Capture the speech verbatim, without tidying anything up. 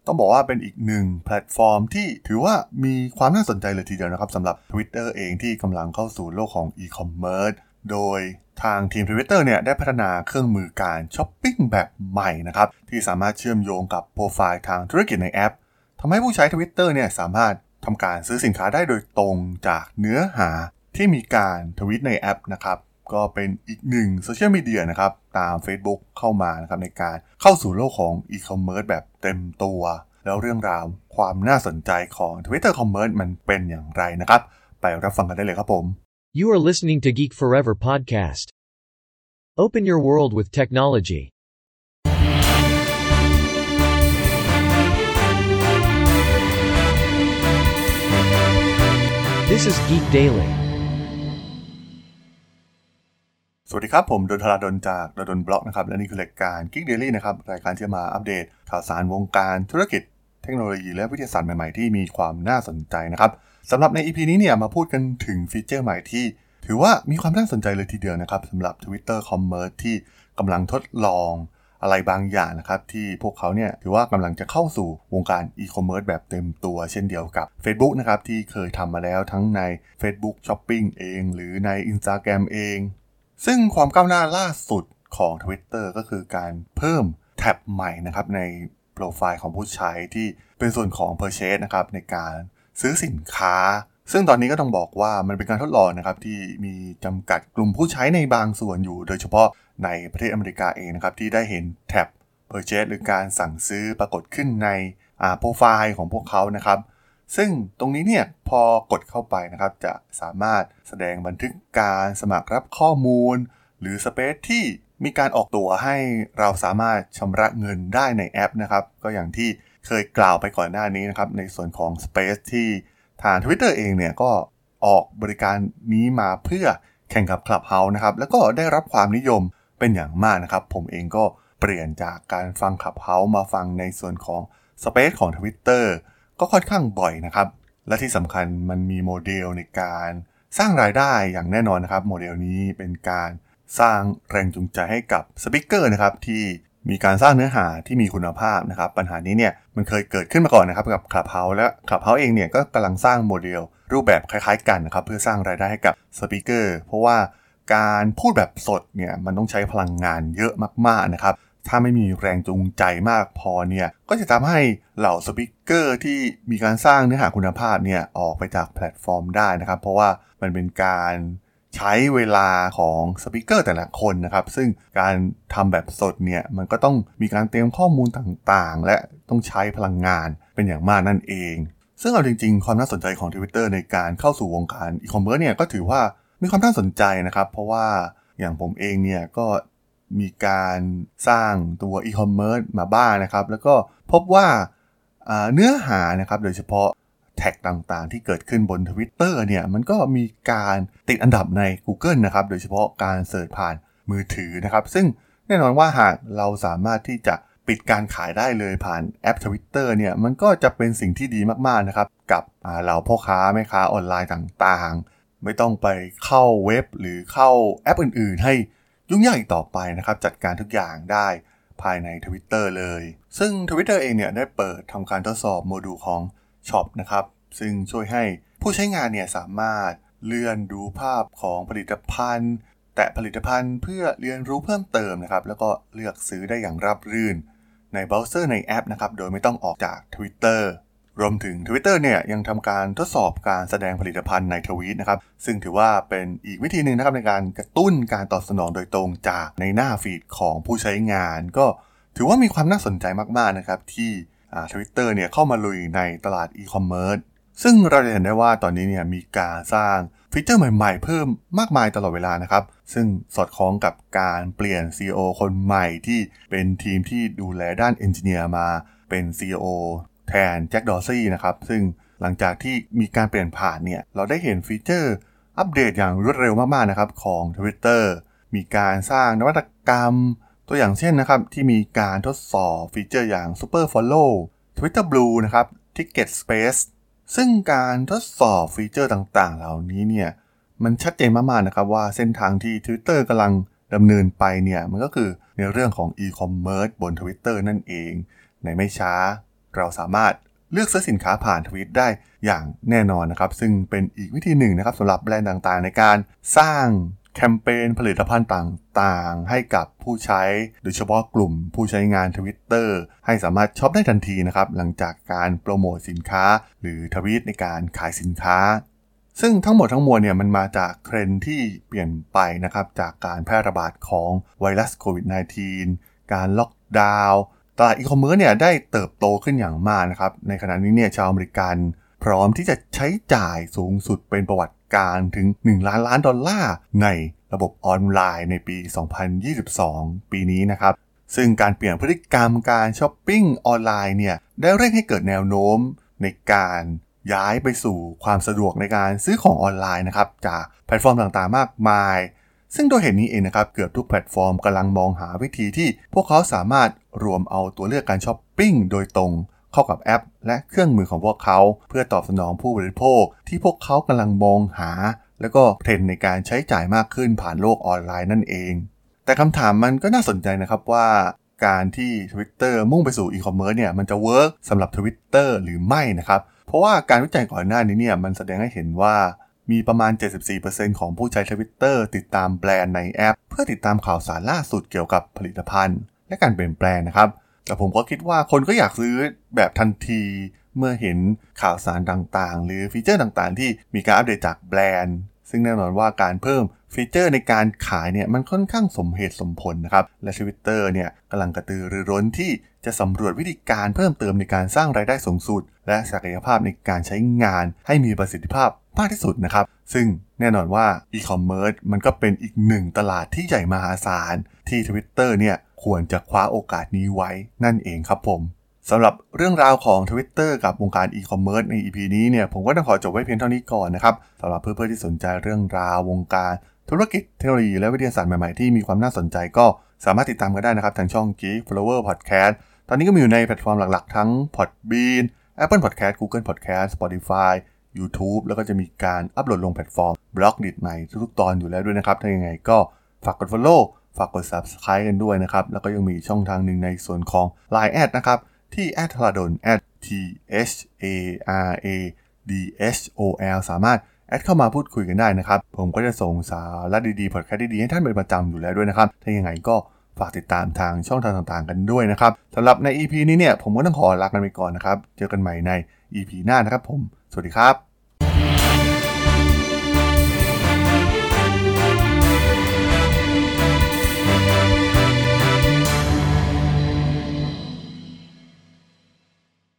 ต้องบอกว่าเป็นอีกหนึ่งแพลตฟอร์มที่ถือว่ามีความน่าสนใจเลยทีเดียวนะครับสำหรับ Twitter เองที่กำลังเข้าสู่โลกของ e-commerce โดยทางทีม Twitter เนี่ยได้พัฒนาเครื่องมือการช้อปปิ้งแบบใหม่นะครับที่สามารถเชื่อมโยงกับโปรไฟล์ทางธุรกิจในแอปทำให้ผู้ใช้ Twitter เนี่ยสามารถทำการซื้อสินค้าได้โดยตรงจากเนื้อหาที่มีการทวีตในแอปนะครับก็เป็นอีกหนึ่งโซเชียลมีเดียนะครับตาม Facebook เข้ามานะครับในการเข้าสู่โลกของ e-commerce แบบเต็มตัวแล้วเรื่องราวความน่าสนใจของ Twitter Commerce มันเป็นอย่างไรนะครับไปรับฟังกันได้เลยครับผม You are listening to Geek Forever podcast. Open your world with technology. This is Geek Daily. สวัสดีครับผมดนทราดลจากดลบล็อกนะครับและนี่คือรายการ Geek Daily นะครับรายการที่จะมาอัปเดตข่าวสารวงการธุรกิจเทคโนโลยีและวิทยาศาสตร์ใหม่ๆที่มีความน่าสนใจนะครับสำหรับใน อี พี นี้เนี่ยมาพูดกันถึงฟีเจอร์ใหม่ที่ถือว่ามีความน่าสนใจเลยทีเดียวนะครับสำหรับ Twitter Commerce ที่กำลังทดลองอะไรบางอย่างนะครับที่พวกเขาเนี่ยถือว่ากำลังจะเข้าสู่วงการ e-commerce แบบเต็มตัวเช่นเดียวกับ Facebook นะครับที่เคยทำมาแล้วทั้งใน Facebook Shopping เองหรือใน Instagram เองซึ่งความก้าวหน้าล่าสุดของ Twitter ก็คือการเพิ่มแท็บใหม่นะครับในโปรไฟล์ของผู้ใช้ที่เป็นส่วนของ Purchase นะครับในการซื้อสินค้าซึ่งตอนนี้ก็ต้องบอกว่ามันเป็นการทดลองนะครับที่มีจำกัดกลุ่มผู้ใช้ในบางส่วนอยู่โดยเฉพาะในประเทศอเมริกาเองนะครับที่ได้เห็นแท็บ Purchase หรือการสั่งซื้อปรากฏขึ้นในอ่าโปรไฟล์ของพวกเขานะครับซึ่งตรงนี้เนี่ยพอกดเข้าไปนะครับจะสามารถแสดงบันทึกการสมัครรับข้อมูลหรือสเปซที่มีการออกตัวให้เราสามารถชำระเงินได้ในแอปนะครับก็อย่างที่เคยกล่าวไปก่อนหน้านี้นะครับในส่วนของ Space ที่ทาง Twitter เองเนี่ยก็ออกบริการนี้มาเพื่อแข่งกับ Clubhouse นะครับแล้วก็ได้รับความนิยมเป็นอย่างมากนะครับผมเองก็เปลี่ยนจากการฟัง Clubhouse มาฟังในส่วนของ Space ของ Twitter ก็ค่อนข้างบ่อยนะครับและที่สำคัญมันมีโมเดลในการสร้างรายได้อย่างแน่นอนนะครับโมเดลนี้เป็นการสร้างแรงจูงใจให้กับสปีกเกอร์นะครับที่มีการสร้างเนื้อหาที่มีคุณภาพนะครับปัญหานี้เนี่ยมันเคยเกิดขึ้นมาก่อนนะครับกับ Clubhouse และ Clubhouse เองเนี่ยก็กำลังสร้างโมเดลรูปแบบคล้ายๆกันนะครับเพื่อสร้างรายได้ให้กับสปีกเกอร์เพราะว่าการพูดแบบสดเนี่ยมันต้องใช้พลังงานเยอะมากๆนะครับถ้าไม่มีแรงจูงใจมากพอเนี่ยก็จะทำให้เหล่าสปีกเกอร์ที่มีการสร้างเนื้อหาคุณภาพเนี่ยออกไปจากแพลตฟอร์มได้นะครับเพราะว่ามันเป็นการใช้เวลาของสปีกเกอร์แต่ละคนนะครับซึ่งการทำแบบสดเนี่ยมันก็ต้องมีการเตรียมข้อมูลต่างๆและต้องใช้พลังงานเป็นอย่างมากนั่นเองซึ่งเอาจริงๆความน่าสนใจของ Twitter ในการเข้าสู่วงการอีคอมเมิร์ซเนี่ยก็ถือว่ามีความน่าสนใจนะครับเพราะว่าอย่างผมเองเนี่ยก็มีการสร้างตัว e-commerce มาบ้าง นะครับแล้วก็พบว่าเนื้อหานะครับโดยเฉพาะแท็กต่างๆที่เกิดขึ้นบน Twitter เนี่ยมันก็มีการติดอันดับใน Google นะครับโดยเฉพาะการเสิร์ชผ่านมือถือนะครับซึ่งแน่นอนว่าหากเราสามารถที่จะปิดการขายได้เลยผ่านแอป Twitter เนี่ยมันก็จะเป็นสิ่งที่ดีมากๆนะครับกับเหล่าพ่อค้าแม่ค้าออนไลน์ต่างๆไม่ต้องไปเข้าเว็บหรือเข้าแอปอื่นๆให้ยุ่งยากอีกต่อไปนะครับจัดการทุกอย่างได้ภายใน Twitter เลยซึ่ง Twitter เองเนี่ยได้เปิดทำการทดสอบโมดูลของ Shop นะครับซึ่งช่วยให้ผู้ใช้งานเนี่ยสามารถเลื่อนดูภาพของผลิตภัณฑ์แตะผลิตภัณฑ์เพื่อเรียนรู้เพิ่มเติมนะครับแล้วก็เลือกซื้อได้อย่างราบรื่นในเบราว์เซอร์ในแอปนะครับโดยไม่ต้องออกจาก Twitter รวมถึง Twitter เนี่ยยังทำการทดสอบการแสดงผลิตภัณฑ์ในทวีตนะครับซึ่งถือว่าเป็นอีกวิธีนึงนะครับในการกระตุ้นการตอบสนองโดยตรงจากในหน้าฟีดของผู้ใช้งานก็ถือว่ามีความน่าสนใจมากๆนะครับที่อ่า Twitter เนี่ยเข้ามาลุยในตลาดอีคอมเมิร์ซซึ่งเราจะเห็นได้ว่าตอนนี้เนี่ยมีการสร้างฟีเจอร์ใหม่ๆเพิ่มมากมายตลอดเวลานะครับซึ่งสอดคล้องกับการเปลี่ยน ซี อี โอ คนใหม่ที่เป็นทีมที่ดูแลด้านเอนจิเนียร์มาเป็น ซี อี โอ แทนแจ็คดอร์ซี่นะครับซึ่งหลังจากที่มีการเปลี่ยนผ่านเนี่ยเราได้เห็นฟีเจอร์อัปเดตอย่างรวดเร็วมากๆนะครับของ Twitter มีการสร้างนวัตกรรมตัวอย่างเช่นนะครับที่มีการทดสอบฟีเจอร์อย่าง Super Follow Twitter Blue นะครับ Ticket Space ซึ่งการทดสอบฟีเจอร์ต่างๆเหล่านี้เนี่ยมันชัดเจนมากๆนะครับว่าเส้นทางที่ Twitter กำลังดำเนินไปเนี่ยมันก็คือในเรื่องของ e-commerce บน Twitter นั่นเองในไม่ช้าเราสามารถเลือกซื้อสินค้าผ่านทวิตได้อย่างแน่นอนนะครับซึ่งเป็นอีกวิธีหนึ่งนะครับสำหรับแบรนด์ต่างๆในการสร้างแคมเปญผลิตภัณฑ์ต่างๆให้กับผู้ใช้โดยเฉพาะกลุ่มผู้ใช้งาน Twitter ให้สามารถช็อปได้ทันทีนะครับหลังจากการโปรโมทสินค้าหรือทวีตในการขายสินค้าซึ่งทั้งหมดทั้งมวลเนี่ยมันมาจากเทรนด์ที่เปลี่ยนไปนะครับจากการแพร่ระบาดของไวรัสโควิด สิบเก้า การล็อกดาวน์ตลาดอีคอมเมิร์ซเนี่ยได้เติบโตขึ้นอย่างมากนะครับในขณะนี้เนี่ยชาวอเมริกันพร้อมที่จะใช้จ่ายสูงสุดเป็นประวัติการถึงหนึ่งล้านล้านดอลลาร์ในระบบออนไลน์ในปีสองพันยี่สิบสองปีนี้นะครับซึ่งการเปลี่ยนพฤติกรรมการช้อปปิ้งออนไลน์เนี่ยได้เร่งให้เกิดแนวโน้มในการย้ายไปสู่ความสะดวกในการซื้อของออนไลน์นะครับจากแพลตฟอร์มต่างๆมากมายซึ่งโดยเหตุนี้เองนะครับเกือบทุกแพลตฟอร์มกำลังมองหาวิธีที่พวกเขาสามารถรวมเอาตัวเลือกการช้อปปิ้งโดยตรงเข้ากับแอปและเครื่องมือของพวกเขาเพื่อตอบสนองผู้บริโภคที่พวกเขากำลังมองหาแล้วก็เทรนด์ในการใช้จ่ายมากขึ้นผ่านโลกออนไลน์นั่นเองแต่คำถามมันก็น่าสนใจนะครับว่าการที่ Twitter มุ่งไปสู่อีคอมเมิร์ซเนี่ยมันจะเวิร์กสำหรับ Twitter หรือไม่นะครับเพราะว่าการวิจัยก่อนหน้านี้เนี่ยมันแสดงให้เห็นว่ามีประมาณ เจ็ดสิบสี่เปอร์เซ็นต์ ของผู้ใช้ Twitter ติดตามแบรนด์ในแอปเพื่อติดตามข่าวสารล่าสุดเกี่ยวกับผลิตภัณฑ์และการเปลี่ยนแปลงนะครับแต่ผมก็คิดว่าคนก็อยากซื้อแบบทันทีเมื่อเห็นข่าวสารต่างๆหรือฟีเจอร์ต่างๆที่มีการอัปเดตจากแบรนด์ซึ่งแน่นอนว่าการเพิ่มฟีเจอร์ในการขายเนี่ยมันค่อนข้างสมเหตุสมผลนะครับและ Twitter เนี่ยกำลังกระตือรือร้นที่จะสำรวจวิธีการเพิ่มเติมในการสร้างรายได้สูงสุดและศักยภาพในการใช้งานให้มีประสิทธิภาพมากที่สุดนะครับซึ่งแน่นอนว่าอีคอมเมิร์ซมันก็เป็นอีกหนึ่งตลาดที่ใหญ่มหาศาลที่ Twitter เนี่ยควรจะคว้าโอกาสนี้ไว้นั่นเองครับผมสำหรับเรื่องราวของ Twitter กับวงการอีคอมเมิร์ซใน อี พี นี้เนี่ยผมก็ต้องขอจบไว้เพียงเท่านี้ก่อนนะครับสำหรับเพื่อนๆที่สนใจเรื่องราววงการธุรกิจเทคโนโลยีและวิทยาศาสตร์ใหม่ๆที่มีความน่าสนใจก็สามารถติดตามกันได้นะครับทางช่อง Geek Flower Podcast ตอนนี้ก็มีอยู่ในแพลตฟอร์มหลักๆทั้ง Podbean Apple Podcast Google Podcast Spotify YouTube แล้วก็จะมีการอัปโหลดลงแพลตฟอร์ม Blogdit ใหม่ทุกๆตอนอยู่แล้วด้วยนะครับถ้ายังไงก็ฝากกด Follow ฝากกด Subscribe กันด้วยนะครับแล้วก็ยังมีช่องทางหนึ่งในส่วนของ ไลน์ แอดนะครับที่ แอท ธราดล แอท ที เอช เอ อาร์ เอ ดี เอช โอ แอล สามารถแอดเข้ามาพูดคุยกันได้นะครับผมก็จะส่งสาระดีๆพอดแคสต์ดีๆให้ท่านเป็นประจำอยู่แล้วด้วยนะครับถ้ายังไงก็ฝากติดตามทางช่องทางต่างๆกันด้วยนะครับสำหรับใน อี พี นี้เนี่ยผมก็ต้องขอลากันไปก่อนนะครับเจอกันใหม่ใน อี พี หน้านะครับผมสวัสดีครับ